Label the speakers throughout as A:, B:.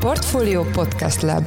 A: Portfolio Podcast Lab.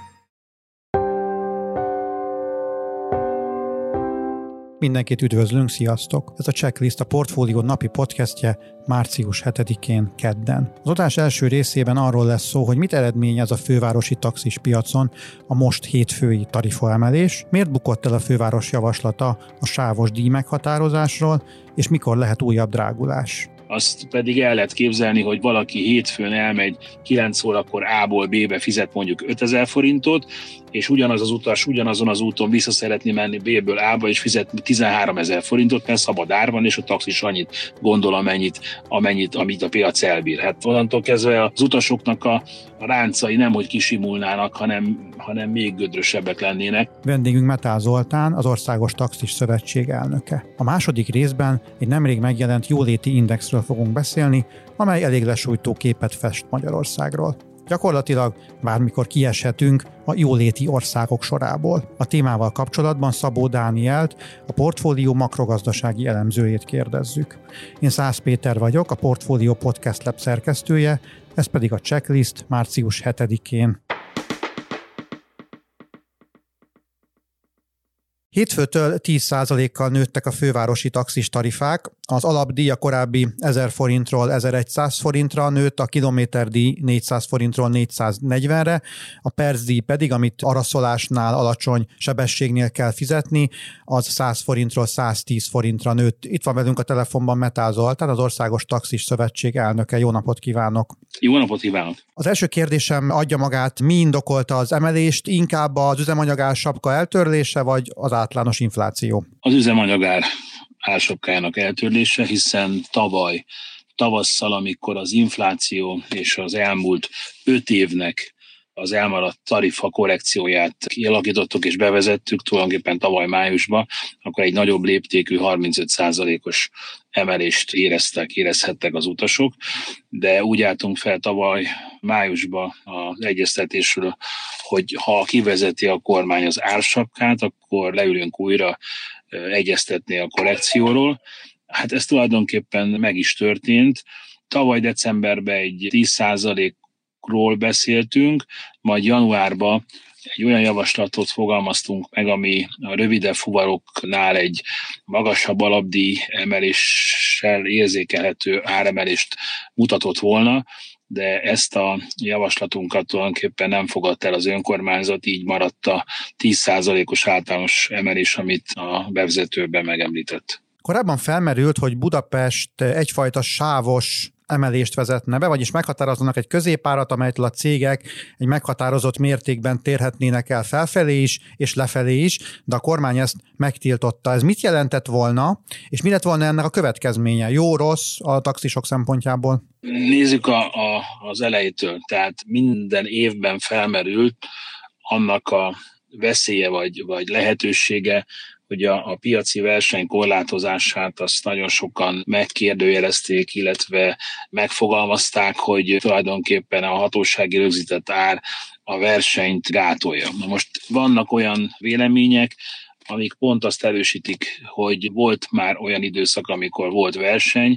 B: Mindenkit üdvözlünk, sziasztok! Ez a Checklist a Portfolio napi podcastje március 7-én kedden. Az adás első részében arról lesz szó, hogy mit eredményez a fővárosi taxis piacon a most hétfői tarifaemelés, miért bukott el a főváros javaslata a sávos díj meghatározásról, és mikor lehet újabb drágulás.
C: Azt pedig el lehet képzelni, hogy valaki hétfőn elmegy 9 órakor A-ból B-be fizet mondjuk 5000 forintot, és ugyanaz az utas ugyanazon az úton vissza szeretné menni B-ből A-ba, és fizet 13 000 forintot, mert szabad ár van, és a taxis annyit gondol, amit a piac elbír. Hát onnantól kezdve az utasoknak a ráncai nem, hogy kisimulnának, hanem még gödrösebbek lennének.
B: Vendégünk Metál Zoltán, az Országos Taxis Szövetség elnöke. A második részben egy nemrég megjelent jóléti indexről fogunk beszélni, amely elég lesújtó képet fest Magyarországról. Gyakorlatilag bármikor kieshetünk a jóléti országok sorából. A témával kapcsolatban Szabó Dánielt, a Portfolio makrogazdasági elemzőjét kérdezzük. Én Szász Péter vagyok, a Portfolio Podcast Lab szerkesztője, ez pedig a Checklist március 7-én. Hétfőtől 10%-kal nőttek a fővárosi taxis tarifák, az alapdíj a korábbi 1000 forintról 1100 forintra nőtt, a kilométerdíj 400 forintról 440-re, a percdíj pedig, amit araszolásnál alacsony sebességnél kell fizetni, az 100 forintról 110 forintra nőtt. Itt van velünk a telefonban Metál Zoltán, az Országos Taxis Szövetség elnöke. Jó napot kívánok!
C: Jó napot kívánok!
B: Az első kérdésem adja magát, mi indokolta az emelést, inkább az üzemanyag ársapka eltörlése, vagy az általános infláció?
C: Az üzemanyag ársapkájának eltörlése, hiszen tavasszal, amikor az infláció és az elmúlt 5 évnek az elmaradt tarifa korrekcióját kialakítottuk és bevezettük tulajdonképpen tavaly májusban, akkor egy nagyobb léptékű 35%-os emelést érezhettek az utasok, de úgy álltunk fel tavaly májusban az egyeztetésről, hogy ha kivezeti a kormány az ársapkát, akkor leülünk újra egyeztetni a korrekcióról. Hát ez tulajdonképpen meg is történt. Tavaly decemberben egy 10%-ról beszéltünk, majd januárban egy olyan javaslatot fogalmaztunk meg, ami a rövidebb fuvaroknál egy magasabb alapdíj emeléssel érzékelhető áremelést mutatott volna, de ezt a javaslatunkat tulajdonképpen nem fogadta el az önkormányzat, így maradt a 10%-os általános emelés, amit a bevezetőben megemlített.
B: Korábban felmerült, hogy Budapest egyfajta sávos emelést vezetne be, vagyis meghatároznak egy középárat, amelytől a cégek egy meghatározott mértékben térhetnének el felfelé is, és lefelé is, de a kormány ezt megtiltotta. Ez mit jelentett volna, és mi lett volna ennek a következménye? Jó, rossz a taxisok szempontjából?
C: Nézzük az elejétől. Tehát minden évben felmerült annak a veszélye vagy lehetősége, hogy a piaci verseny korlátozását azt nagyon sokan megkérdőjelezték, illetve megfogalmazták, hogy tulajdonképpen a hatósági rögzített ár a versenyt gátolja. Na most vannak olyan vélemények, amik pont azt erősítik, hogy volt már olyan időszak, amikor volt verseny,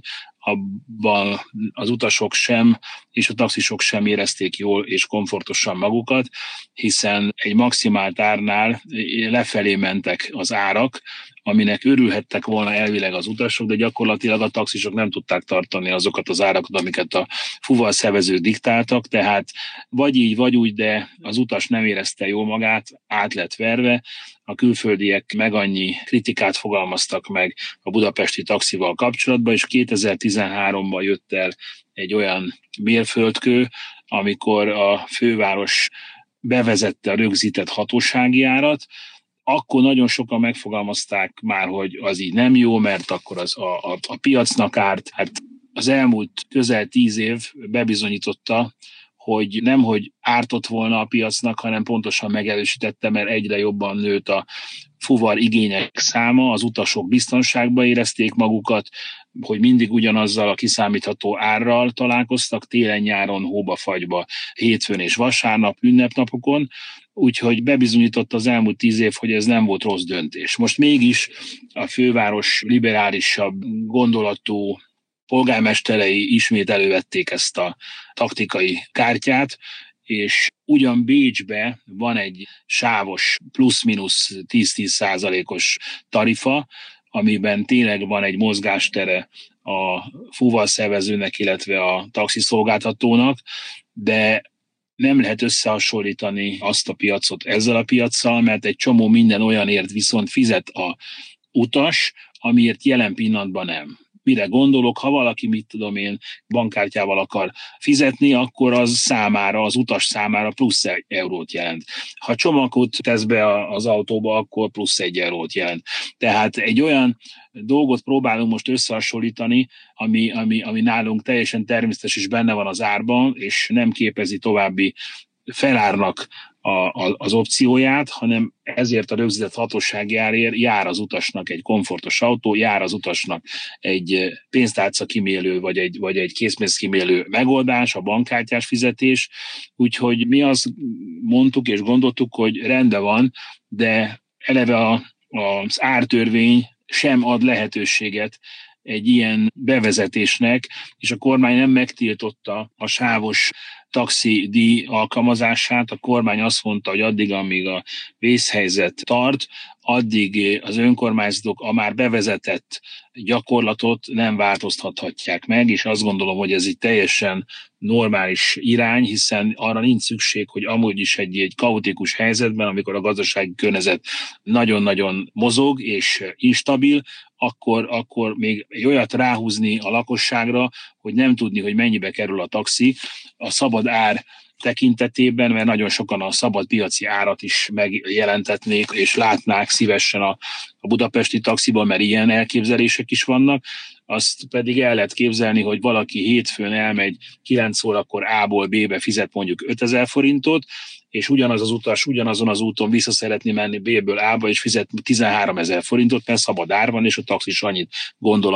C: abban az utasok sem, és a taxisok sem érezték jól és komfortosan magukat, hiszen egy maximált árnál lefelé mentek az árak, aminek örülhettek volna elvileg az utasok, de gyakorlatilag a taxisok nem tudták tartani azokat az árakat, amiket a fuvarszervezők diktáltak, tehát vagy így, vagy úgy, de az utas nem érezte jól magát, át lett verve. A külföldiek meg annyi kritikát fogalmaztak meg a budapesti taxival kapcsolatban, és 2013-ban jött el egy olyan mérföldkő, amikor a főváros bevezette a rögzített hatósági árat. Akkor nagyon sokan megfogalmazták már, hogy az így nem jó, mert akkor az a piacnak árt. Hát az elmúlt közel 10 év bebizonyította, hogy nemhogy ártott volna a piacnak, hanem pontosan megerősítette, mert egyre jobban nőtt a fuvar igények száma, az utasok biztonságban érezték magukat, hogy mindig ugyanazzal a kiszámítható árral találkoztak, télen, nyáron, hóba, fagyba, hétfőn és vasárnap, ünnepnapokon, úgyhogy bebizonyított az elmúlt 10 év, hogy ez nem volt rossz döntés. Most mégis a főváros liberálisabb gondolatú polgármesterei ismét elővették ezt a taktikai kártyát, és ugyan Bécsbe van egy sávos plusz-minusz 10-10%-os tarifa, amiben tényleg van egy mozgástere a fuvarszervezőnek, illetve a taxiszolgáltatónak, de nem lehet összehasonlítani azt a piacot ezzel a piaccal, mert egy csomó minden olyanért viszont fizet a utas, amiért jelen pillanatban nem. Mire gondolok, ha valaki, mit tudom én, bankkártyával akar fizetni, akkor az számára, az utas számára plusz 1 eurót jelent. Ha csomagot tesz be az autóba, akkor plusz 1 eurót jelent. Tehát egy olyan dolgot próbálunk most összehasonlítani, ami nálunk teljesen természetes és benne van az árban, és nem képezi további felárnak az opcióját, hanem ezért a rögzített hatósági árért jár az utasnak egy komfortos autó, jár az utasnak egy pénztárca kimélő, vagy egy készpénz kimélő megoldás, a bankkártyás fizetés. Úgyhogy mi azt mondtuk és gondoltuk, hogy rendben van, de eleve az ártörvény sem ad lehetőséget egy ilyen bevezetésnek, és a kormány nem megtiltotta a sávos taxidíj alkalmazását. A kormány azt mondta, hogy addig, amíg a vészhelyzet tart, addig az önkormányzatok a már bevezetett gyakorlatot nem változtathatják meg, és azt gondolom, hogy ez egy teljesen normális irány, hiszen arra nincs szükség, hogy amúgy is egy kaotikus helyzetben, amikor a gazdasági környezet nagyon-nagyon mozog és instabil, akkor még egy olyat ráhúzni a lakosságra, hogy nem tudni, hogy mennyibe kerül a taxi, a szabad ár tekintetében, mert nagyon sokan a szabad piaci árat is megjelentetnék, és látnák szívesen a budapesti taxiban, mert ilyen elképzelések is vannak. Azt pedig el lehet képzelni, hogy valaki hétfőn elmegy 9 órakor A-ból B-be fizet mondjuk 5000 forintot, és ugyanaz az utas ugyanazon az úton vissza szeretné menni B-ből A-ba, és fizet 13 000 forintot, mert szabad ár van, és a taxis annyit gondol,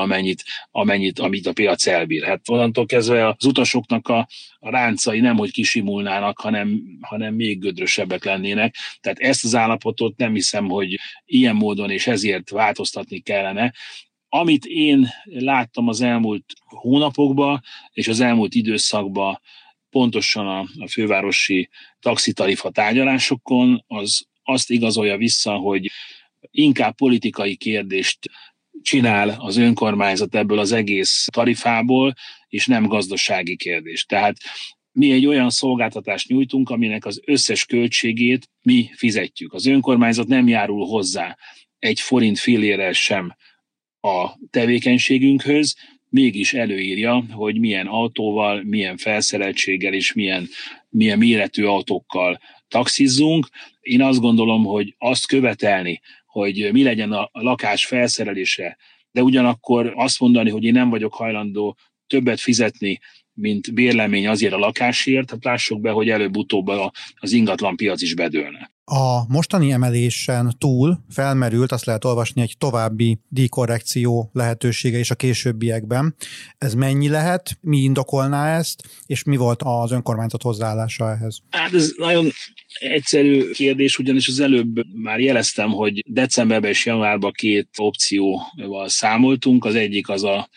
C: amit a piac elbír. Hát onnantól kezdve az utasoknak a ráncai nem, hogy kisimulnának, hanem még gödrösebbek lennének. Tehát ezt az állapotot nem hiszem, hogy ilyen módon és ezért változtatni kellene. Amit én láttam az elmúlt hónapokban és az elmúlt időszakban, pontosan a fővárosi taxitarifa tárgyalásokon, az azt igazolja vissza, hogy inkább politikai kérdést csinál az önkormányzat ebből az egész tarifából, és nem gazdasági kérdést. Tehát mi egy olyan szolgáltatást nyújtunk, aminek az összes költségét mi fizetjük. Az önkormányzat nem járul hozzá egy forint fillérrel sem a tevékenységünkhöz, mégis előírja, hogy milyen autóval, milyen felszereltséggel és milyen méretű autókkal taxizzunk. Én azt gondolom, hogy azt követelni, hogy mi legyen a lakás felszerelése, de ugyanakkor azt mondani, hogy én nem vagyok hajlandó többet fizetni, mint bérlemény azért a lakásért, hát lássuk be, hogy előbb-utóbb az ingatlanpiac is bedőlne.
B: A mostani emelésen túl felmerült, azt lehet olvasni, egy további díjkorrekció lehetősége is a későbbiekben. Ez mennyi lehet, mi indokolná ezt, és mi volt az önkormányzat hozzáállása ehhez?
C: Hát ez nagyon egyszerű kérdés, ugyanis az előbb már jeleztem, hogy decemberben és januárban 2 opcióval számoltunk. Az egyik az a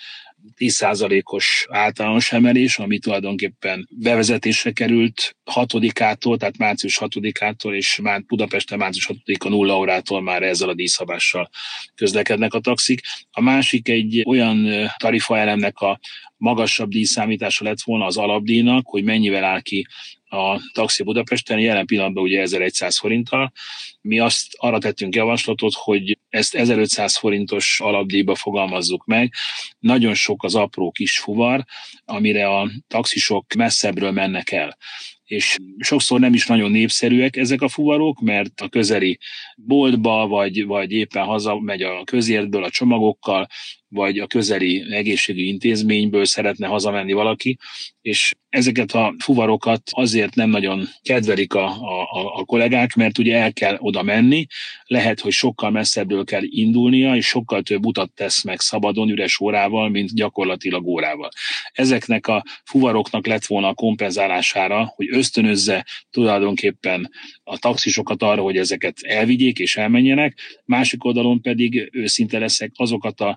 C: 10%-os általános emelés, ami tulajdonképpen bevezetésre került 6-ától, tehát március 6-ától, és már Budapesten március 6-a 0 órától már ezzel a díjszabással közlekednek a taxik. A másik egy olyan tarifaelemnek a magasabb díjszámítása lett volna az alapdíjnak, hogy mennyivel áll ki a taxi Budapesten, jelen pillanatban ugye 1100 forinttal. Mi arra tettünk javaslatot, hogy ezt 1500 forintos alapdíjba fogalmazzuk meg. Nagyon sok az apró kis fuvar, amire a taxisok messzebbről mennek el. És sokszor nem is nagyon népszerűek ezek a fuvarok, mert a közeli boltba, vagy éppen hazamegy a közértből a csomagokkal, vagy a közeli egészségügyi intézményből szeretne hazamenni valaki, és ezeket a fuvarokat azért nem nagyon kedvelik a kollégák, mert ugye el kell oda menni, lehet, hogy sokkal messzebbről kell indulnia, és sokkal több utat tesz meg szabadon, üres órával, mint gyakorlatilag órával. Ezeknek a fuvaroknak lett volna a kompenzálására, hogy ösztönözze tulajdonképpen a taxisokat arra, hogy ezeket elvigyék és elmenjenek, másik oldalon pedig őszinte leszek, azokat a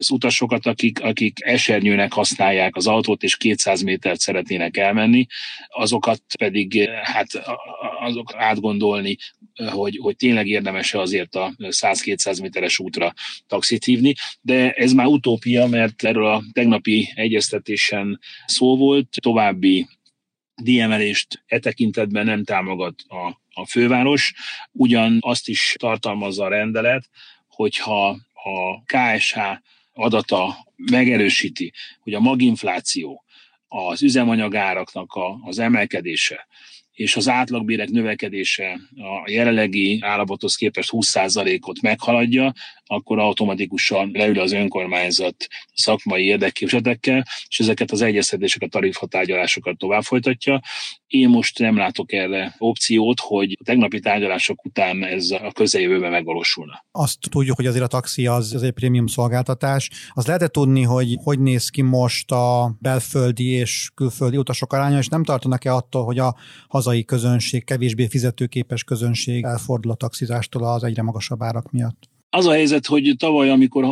C: az utasokat, akik esernyőnek használják az autót, és 200 métert szeretnének elmenni, azokat pedig azok átgondolni, hogy tényleg érdemes-e azért a 100-200 méteres útra taxit hívni, de ez már utópia, mert erről a tegnapi egyeztetésen szó volt, további díjemelést e tekintetben nem támogat a főváros, ugyan azt is tartalmazza a rendelet, hogyha a KSH adata megerősíti, hogy a maginfláció, az üzemanyagáraknak az emelkedése és az átlagbérek növekedése a jelenlegi állapothoz képest 20%-ot meghaladja, akkor automatikusan leül az önkormányzat szakmai érdekképviseletekkel, és ezeket az egyeztetéseket, tarifatárgyalásokat tovább folytatja. Én most nem látok erre opciót, hogy a tegnapi tárgyalások után ez a közeljövőben megvalósulna.
B: Azt tudjuk, hogy azért a taxi az egy prémium szolgáltatás. Az lehet tudni, hogy néz ki most a belföldi és külföldi utasok aránya, és nem tartanak-e attól, hogy a hazai közönség, kevésbé fizetőképes közönség elfordul a taxizástól az egyre magasabb árak miatt?
C: Az a helyzet, hogy tavaly, amikor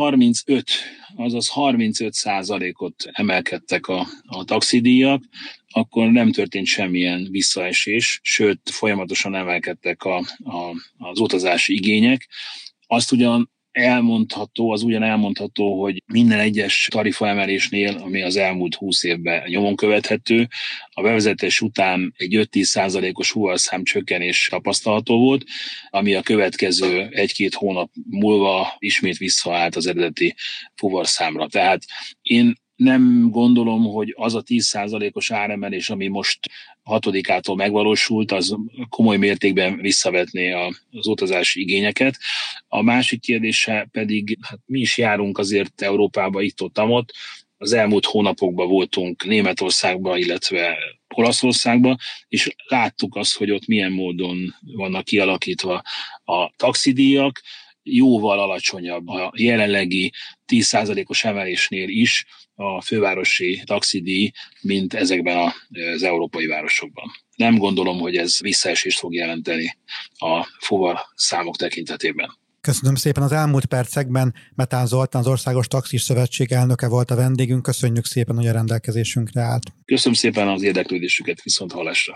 C: 35%-ot emelkedtek a taxidíjak, akkor nem történt semmilyen visszaesés, sőt, folyamatosan emelkedtek az utazási igények. Azt ugyan elmondható, hogy minden egyes tarifaemelésnél, ami az elmúlt 20 évben nyomon követhető, a bevezetés után egy 5-10%-os fuvarszám csökkenés tapasztalható volt, ami a következő 1-2 hónap múlva ismét visszaállt az eredeti fuvarszámra. Tehát én nem gondolom, hogy az a 10%-os áremelés, ami most 6-ától megvalósult, az komoly mértékben visszavetné az utazási igényeket. A másik kérdése pedig, mi is járunk azért Európába itt-ott, az elmúlt hónapokban voltunk Németországban, illetve Olaszországban, és láttuk azt, hogy ott milyen módon vannak kialakítva a taxidíjak, jóval alacsonyabb a jelenlegi 10%-os emelésnél is a fővárosi taxidíj, mint ezekben az európai városokban. Nem gondolom, hogy ez visszaesést fog jelenteni a fuvar számok tekintetében.
B: Köszönöm szépen. Az elmúlt percekben Metán Zoltán, az Országos Taxis Szövetség elnöke volt a vendégünk. Köszönjük szépen, hogy a rendelkezésünkre állt.
C: Köszönöm szépen az érdeklődésüket, viszont hallásra.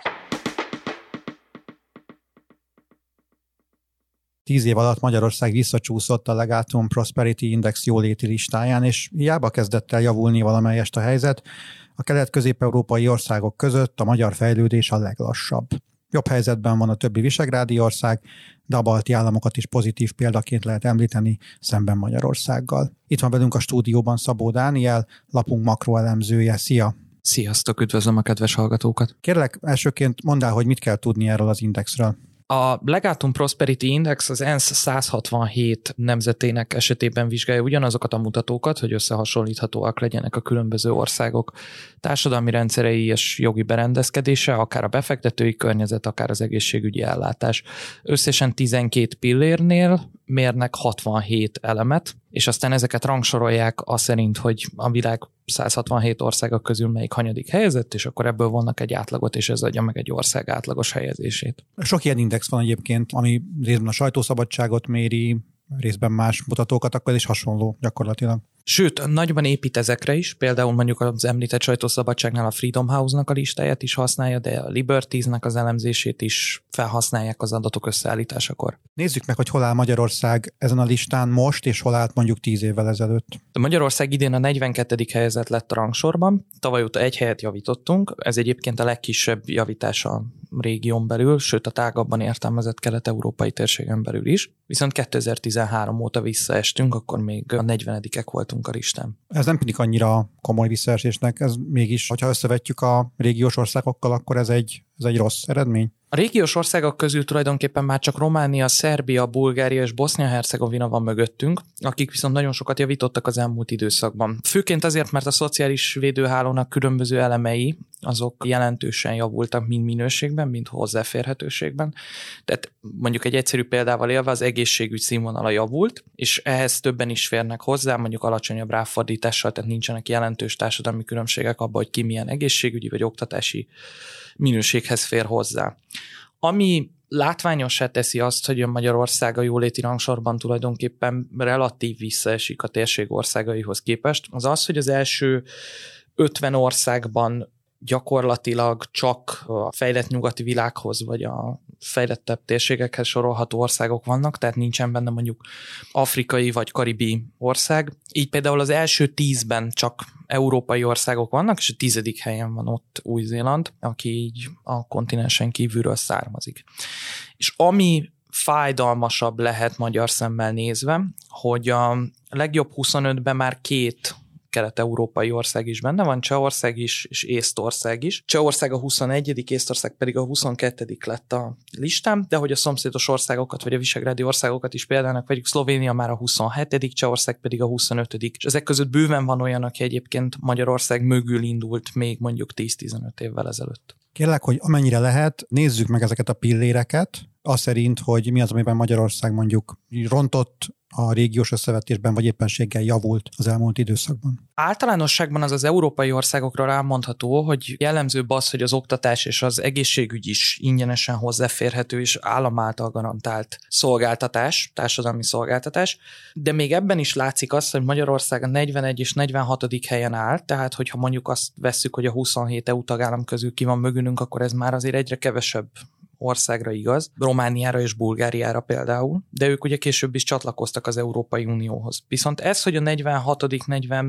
B: 10 év alatt Magyarország visszacsúszott a Legatum Prosperity Index jóléti listáján, és hiába kezdett el javulni valamelyest a helyzet, a kelet-közép-európai országok között a magyar fejlődés a leglassabb. Jobb helyzetben van a többi visegrádi ország, de a balti államokat is pozitív példaként lehet említeni szemben Magyarországgal. Itt van velünk a stúdióban Szabó Dániel, lapunk makroelemzője. Szia!
A: Sziasztok, üdvözlöm a kedves hallgatókat!
B: Kérlek, elsőként mondd el, hogy mit kell tudni erről az indexről.
A: A Legatum Prosperity Index az ENSZ 167 nemzetének esetében vizsgálja ugyanazokat a mutatókat, hogy összehasonlíthatóak legyenek a különböző országok társadalmi rendszerei és jogi berendezkedése, akár a befektetői környezet, akár az egészségügyi ellátás. Összesen 12 pillérnél mérnek 67 elemet, és aztán ezeket rangsorolják az szerint, hogy a világ 167 országa közül melyik hanyadik helyezett, és akkor ebből vonnak egy átlagot, és ez adja meg egy ország átlagos helyezését.
B: Sok ilyen index van egyébként, ami részben a sajtószabadságot méri, részben más mutatókat, akkor ez is hasonló gyakorlatilag.
A: Sőt, nagyban épít ezekre is, például mondjuk az említett sajtószabadságnál a Freedom House-nak a listáját is használja, de a Liberties-nek az elemzését is felhasználják az adatok összeállításakor.
B: Nézzük meg, hogy hol áll Magyarország ezen a listán most, és hol állt mondjuk 10 évvel ezelőtt.
A: Magyarország idén a 42. helyezett lett a rangsorban, tavaly óta egy helyet javítottunk, ez egyébként a legkisebb javítás a régión belül, sőt a tágabban értelmezett kelet-európai térségen belül is, viszont 2013 óta visszaestünk, akkor még a 40-ek voltunk a listán.
B: Ez nem tűnik annyira komoly visszaesésnek, ez mégis, hogyha összevetjük a régiós országokkal, akkor ez egy rossz eredmény.
A: A régiós országok közül tulajdonképpen már csak Románia, Szerbia, Bulgária és Bosznia-Hercegovina van mögöttünk, akik viszont nagyon sokat javítottak az elmúlt időszakban. Főként azért, mert a szociális védőhálónak különböző elemei, azok jelentősen javultak mind minőségben, mind hozzáférhetőségben. Tehát mondjuk egy egyszerű példával élve az egészségügy színvonala javult, és ehhez többen is férnek hozzá, mondjuk alacsonyabb ráfordítással, tehát nincsenek jelentős társadalmi különbségek abban, hogy ki milyen egészségügyi vagy oktatási minőséghez fér hozzá. Ami látványossá teszi azt, hogy Magyarország a jóléti rangsorban tulajdonképpen relatív visszaesik a térség országaihoz képest, az az, hogy az első 50 országban gyakorlatilag csak a fejlett nyugati világhoz, vagy a fejlettebb térségekhez sorolható országok vannak, tehát nincsen benne mondjuk afrikai vagy karibi ország. Így például az első 10-ben csak európai országok vannak, és a 10. helyen van ott Új-Zéland, aki így a kontinensen kívülről származik. És ami fájdalmasabb lehet magyar szemmel nézve, hogy a legjobb 25-ben már 2 kelet-európai ország is benne van, Csehország is, és Észtország is. Csehország a 21., Észtország pedig a 22. lett a listán, de hogy a szomszédos országokat, vagy a visegrádi országokat is példának vegyük, Szlovénia már a 27., Csehország pedig a 25. És ezek között bőven van olyan, aki egyébként Magyarország mögül indult még mondjuk 10-15 évvel ezelőtt.
B: Kérlek, hogy amennyire lehet, nézzük meg ezeket a pilléreket, az szerint, hogy mi az, amiben Magyarország mondjuk rontott a régiós összevetésben, vagy éppenséggel javult az elmúlt időszakban.
A: Általánosságban az európai országokra elmondható, hogy jellemzőbb az, hogy az oktatás és az egészségügy is ingyenesen hozzáférhető és állam által garantált szolgáltatás, társadalmi szolgáltatás, de még ebben is látszik az, hogy Magyarország a 41 és 46. helyen áll, tehát hogyha mondjuk azt vesszük, hogy a 27 EU tagállam közül ki van mögülünk, akkor ez már azért egyre kevesebb országra igaz, Romániára és Bulgáriára például, de ők ugye később is csatlakoztak az Európai Unióhoz. Viszont ez, hogy a 46.,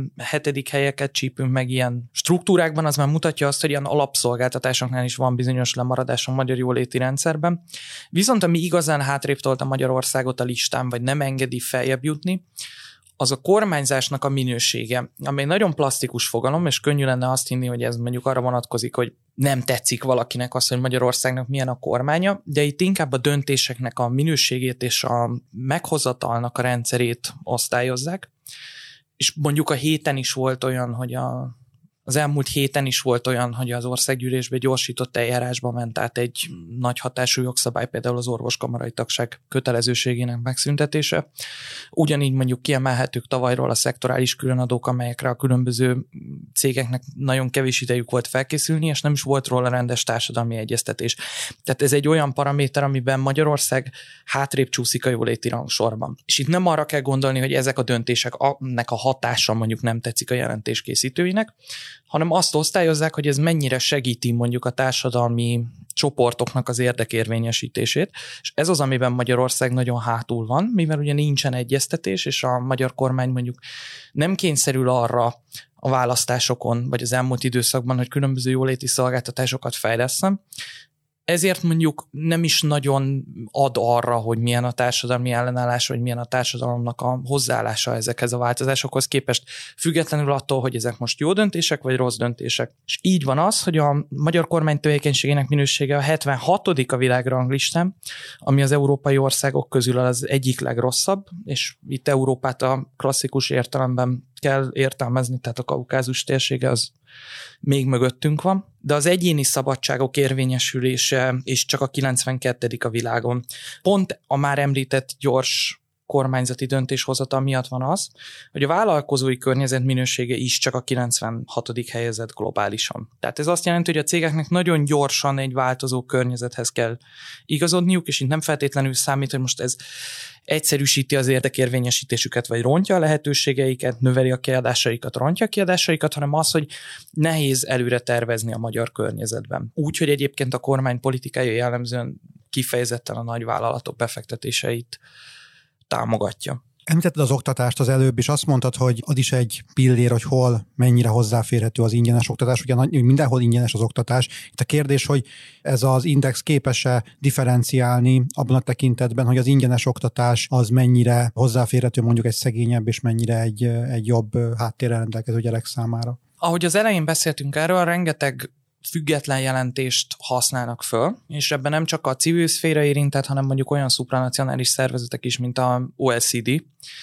A: 47. helyeket csípünk meg ilyen struktúrákban, az már mutatja azt, hogy ilyen alapszolgáltatásoknál is van bizonyos lemaradás a magyar jóléti rendszerben. Viszont ami igazán hátrébb tolta Magyarországot a listán, vagy nem engedi feljebb jutni, az a kormányzásnak a minősége, amely nagyon plastikus fogalom, és könnyű lenne azt hinni, hogy ez mondjuk arra vonatkozik, hogy nem tetszik valakinek az, hogy Magyarországnak milyen a kormánya, de itt inkább a döntéseknek a minőségét és a meghozatalnak a rendszerét osztályozzák. És mondjuk a héten is volt olyan, hogy az elmúlt héten is volt olyan, hogy az országgyűlésbe gyorsított eljárásba ment át egy nagy hatású jogszabály, például az orvoskamarai tagság kötelezőségének megszüntetése. Ugyanígy mondjuk kiemelhetők tavalyról a szektorális különadók, amelyekre a különböző cégeknek nagyon kevés idejük volt felkészülni, és nem is volt róla rendes társadalmi egyeztetés. Tehát ez egy olyan paraméter, amiben Magyarország hátrébb csúszik a jóléti rangsorban. És itt nem arra kell gondolni, hogy ezek a döntéseknek a hatása mondjuk nem tetszik a jelentés készítőinek, hanem azt osztályozzák, hogy ez mennyire segíti mondjuk a társadalmi csoportoknak az érdekérvényesítését, és ez az, amiben Magyarország nagyon hátul van, mivel ugye nincsen egyeztetés, és a magyar kormány mondjuk nem kényszerül arra a választásokon, vagy az elmúlt időszakban, hogy különböző jóléti szolgáltatásokat fejleszem, ezért mondjuk nem is nagyon ad arra, hogy milyen a társadalmi ellenállás, vagy milyen a társadalomnak a hozzáállása ezekhez a változásokhoz képest, függetlenül attól, hogy ezek most jó döntések, vagy rossz döntések. És így van az, hogy a magyar kormány tevékenységének minősége a 76. a világranglistán, ami az európai országok közül az egyik legrosszabb, és itt Európát a klasszikus értelemben kell értelmezni, tehát a Kaukázus térsége az még mögöttünk van, de az egyéni szabadságok érvényesülése és csak a 92. a világon. Pont a már említett gyors kormányzati döntéshozatal miatt van az, hogy a vállalkozói környezet minősége is csak a 96. helyezett globálisan. Tehát ez azt jelenti, hogy a cégeknek nagyon gyorsan egy változó környezethez kell igazodniuk, és itt nem feltétlenül számít, hogy most ez egyszerűsíti az érdekérvényesítésüket, vagy rontja a lehetőségeiket, növeli a kiadásaikat, rontja a kiadásaikat, hanem az, hogy nehéz előre tervezni a magyar környezetben. Úgyhogy egyébként a kormány politikája jellemzően kifejezetten a nagyvállalatok befektetéseit támogatja.
B: Említetted az oktatást az előbb, és azt mondtad, hogy az is egy pillér, hogy hol mennyire hozzáférhető az ingyenes oktatás. Ugye mindenhol ingyenes az oktatás. Itt a kérdés, hogy ez az index képes-e differenciálni abban a tekintetben, hogy az ingyenes oktatás az mennyire hozzáférhető mondjuk egy szegényebb, és mennyire egy jobb háttérrel rendelkező gyerek számára.
A: Ahogy az elején beszéltünk erről, rengeteg független jelentést használnak föl, és ebben nem csak a civil szféra érintett, hanem mondjuk olyan szupranacionális szervezetek is, mint a OECD,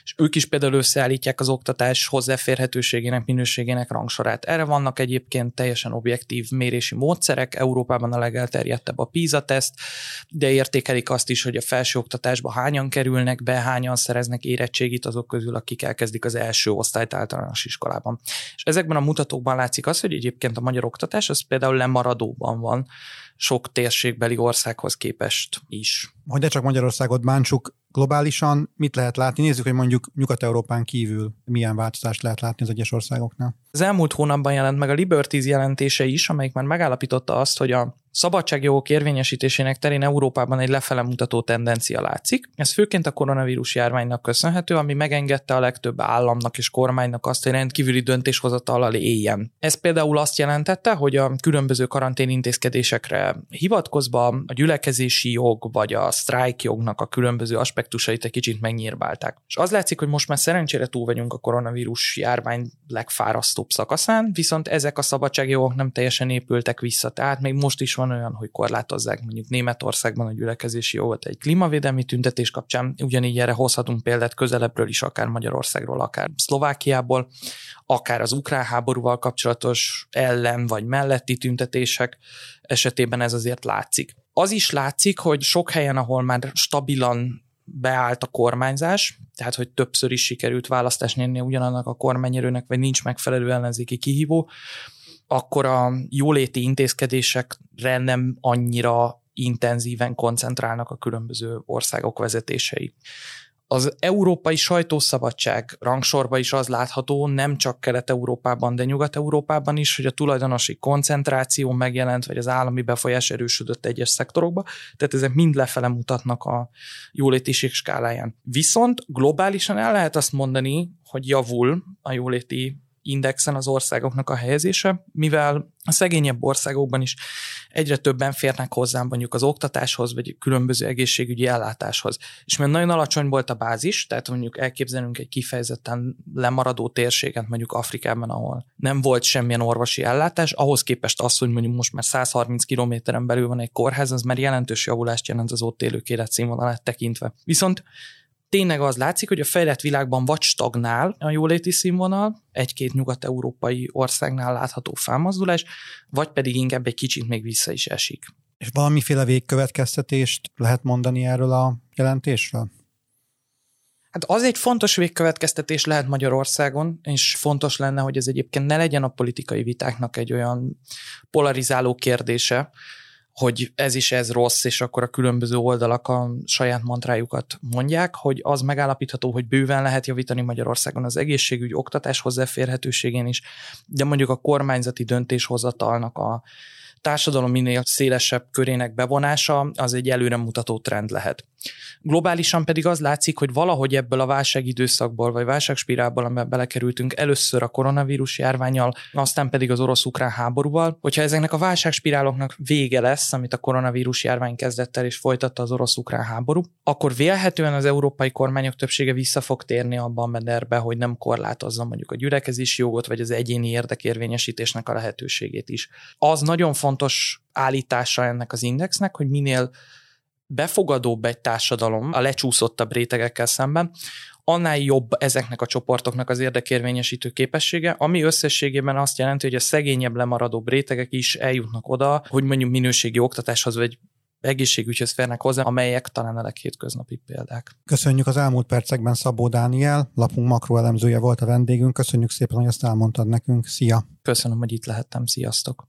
A: és ők is például összeállítják az oktatás hozzáférhetőségének, minőségének rangsorát. Erre vannak egyébként teljesen objektív mérési módszerek, Európában a legelterjedtebb a PISA-teszt, de értékelik azt is, hogy a felsőoktatásba hányan kerülnek be, hányan szereznek érettségit azok közül, akik elkezdik az első osztályt általános iskolában. És ezekben a mutatókban látszik az, hogy egyébként a magyar oktatás az például lemaradóban van sok térségbeli országhoz képest is.
B: Hogy ne csak Magyarországot bántsuk, globálisan mit lehet látni? Nézzük, hogy mondjuk Nyugat-Európán kívül milyen változást lehet látni az egyes országoknál.
A: Az elmúlt hónapban jelent meg a Liberties jelentése is, amelyik már megállapította azt, hogy a szabadságjogok érvényesítésének terén Európában egy lefele mutató tendencia látszik. Ez főként a koronavírus járványnak köszönhető, ami megengedte a legtöbb államnak és kormánynak azt, hogy rendkívüli döntéshozatallal éljen. Ez például azt jelentette, hogy a különböző karanténintézkedésekre hivatkozva a gyülekezési jog vagy a sztrájkjognak a különböző aspektusait egy kicsit megnyírbálták. És az látszik, hogy most már szerencsére túl vagyunk a koronavírus járvány legfárasztóbb szakaszán, viszont ezek a szabadságjogok nem teljesen épültek vissza. Tehát még most is van olyan, hogy korlátozzák mondjuk Németországban a gyülekezési jogot egy klímavédelmi tüntetés kapcsán, ugyanígy erre hozhatunk példát közelebbről is, akár Magyarországról, akár Szlovákiából, akár az ukrán háborúval kapcsolatos ellen vagy melletti tüntetések esetében ez azért látszik. Az is látszik, hogy sok helyen, ahol már stabilan beállt a kormányzás, tehát hogy többször is sikerült választást nyerni ugyanannak a kormányerőnek, vagy nincs megfelelő ellenzéki kihívó, akkor a jóléti intézkedésekre nem annyira intenzíven koncentrálnak a különböző országok vezetései. Az európai sajtószabadság rangsorban is az látható, nem csak Kelet-Európában, de Nyugat-Európában is, hogy a tulajdonosi koncentráció megjelent, vagy az állami befolyás erősödött egyes szektorokba, tehát ezek mind lefele mutatnak a jólétiség skáláján. Viszont globálisan el lehet azt mondani, hogy javul a jóléti indexen az országoknak a helyezése, mivel a szegényebb országokban is egyre többen férnek hozzá mondjuk az oktatáshoz, vagy különböző egészségügyi ellátáshoz. És mert nagyon alacsony volt a bázis, tehát mondjuk elképzelünk egy kifejezetten lemaradó térséget mondjuk Afrikában, ahol nem volt semmilyen orvosi ellátás, ahhoz képest az, hogy mondjuk most már 130 kilométeren belül van egy kórház, az már jelentős javulást jelent az ott élők életszínvonalát tekintve. Viszont tényleg az látszik, hogy a fejlett világban vagy stagnál a jóléti színvonal, egy-két nyugat-európai országnál látható felmozdulás, vagy pedig inkább egy kicsit még vissza is esik.
B: És valamiféle végkövetkeztetést lehet mondani erről a jelentésről?
A: Hát az egy fontos végkövetkeztetés lehet Magyarországon, és fontos lenne, hogy ez egyébként ne legyen a politikai vitáknak egy olyan polarizáló kérdése, hogy ez is ez rossz, és akkor a különböző oldalak a saját mantrájukat mondják, hogy az megállapítható, hogy bőven lehet javítani Magyarországon az egészségügy, oktatás hozzáférhetőségén is, de mondjuk a kormányzati döntéshozatalnak a társadalom minél szélesebb körének bevonása az egy előremutató trend lehet. Globálisan pedig az látszik, hogy valahogy ebből a válságidőszakból, vagy válságspirálból, amiben belekerültünk először a koronavírus járvánnyal, aztán pedig az orosz-ukrán háborúval, hogyha ezeknek a válságspiráloknak vége lesz, amit a koronavírus járvány kezdett el és folytatta az orosz-ukrán háború, akkor vélhetően az európai kormányok többsége vissza fog térni abban a mederbe, hogy nem korlátozza mondjuk a gyülekezési jogot, vagy az egyéni érdekérvényesítésnek a lehetőségét is. Az nagyon fontos állítása ennek az indexnek, hogy minél befogadóbb egy társadalom a lecsúszottabb rétegekkel szemben, annál jobb ezeknek a csoportoknak az érdekérvényesítő képessége, ami összességében azt jelenti, hogy a szegényebb, lemaradóbb rétegek is eljutnak oda, hogy mondjuk minőségi oktatáshoz vagy egészségügyhöz férnek hozzá, amelyek talán a leghétköznapi példák.
B: Köszönjük az elmúlt percekben Szabó Dániel, lapunk makroelemzője volt a vendégünk. Köszönjük szépen, hogy ezt elmondtad nekünk. Szia!
A: Köszönöm, hogy itt lehettem. Sziasztok!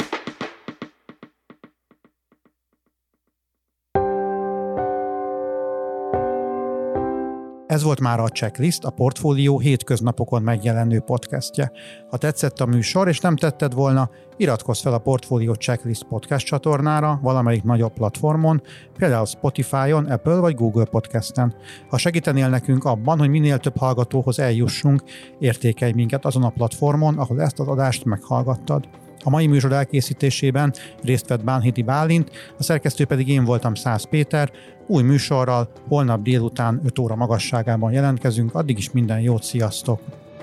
B: Ez volt már a Checklist, a Portfólió hétköznapokon megjelenő podcastje. Ha tetszett a műsor, és nem tetted volna, iratkozz fel a Portfólió Checklist podcast csatornára valamelyik nagyobb platformon, például Spotify-on, Apple vagy Google Podcasten. Ha segítenél nekünk abban, hogy minél több hallgatóhoz eljussunk, értékelj minket azon a platformon, ahol ezt az adást meghallgattad. A mai műsor elkészítésében részt vett Bánhidi Bálint, a szerkesztő pedig én voltam, Szász Péter. Új műsorral holnap délután 5 óra magasságában jelentkezünk, addig is minden jót, sziasztok!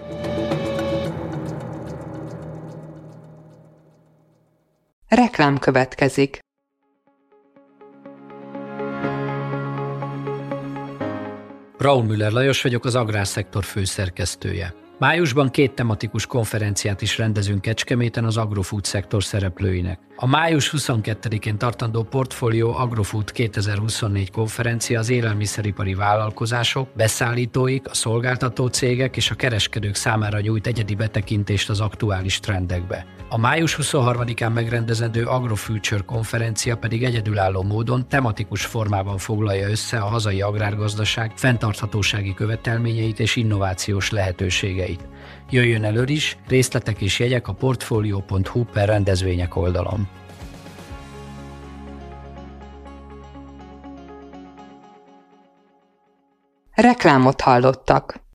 D: Reklám következik.
E: Braun Müller Lajos vagyok, az Agrárszektor főszerkesztője. Májusban 2 tematikus konferenciát is rendezünk Kecskeméten az agrofood szektor szereplőinek. A május 22-én tartandó Portfolio Agrofood 2024 konferencia az élelmiszeripari vállalkozások, beszállítóik, a szolgáltató cégek és a kereskedők számára nyújt egyedi betekintést az aktuális trendekbe. A május 23-án megrendezendő AgroFuture konferencia pedig egyedülálló módon tematikus formában foglalja össze a hazai agrárgazdaság fenntarthatósági követelményeit és innovációs lehetőségeit. Jöjjön elő is, részletek és jegyek a portfolio.hu/rendezvények oldalon.
D: Reklámot hallottak.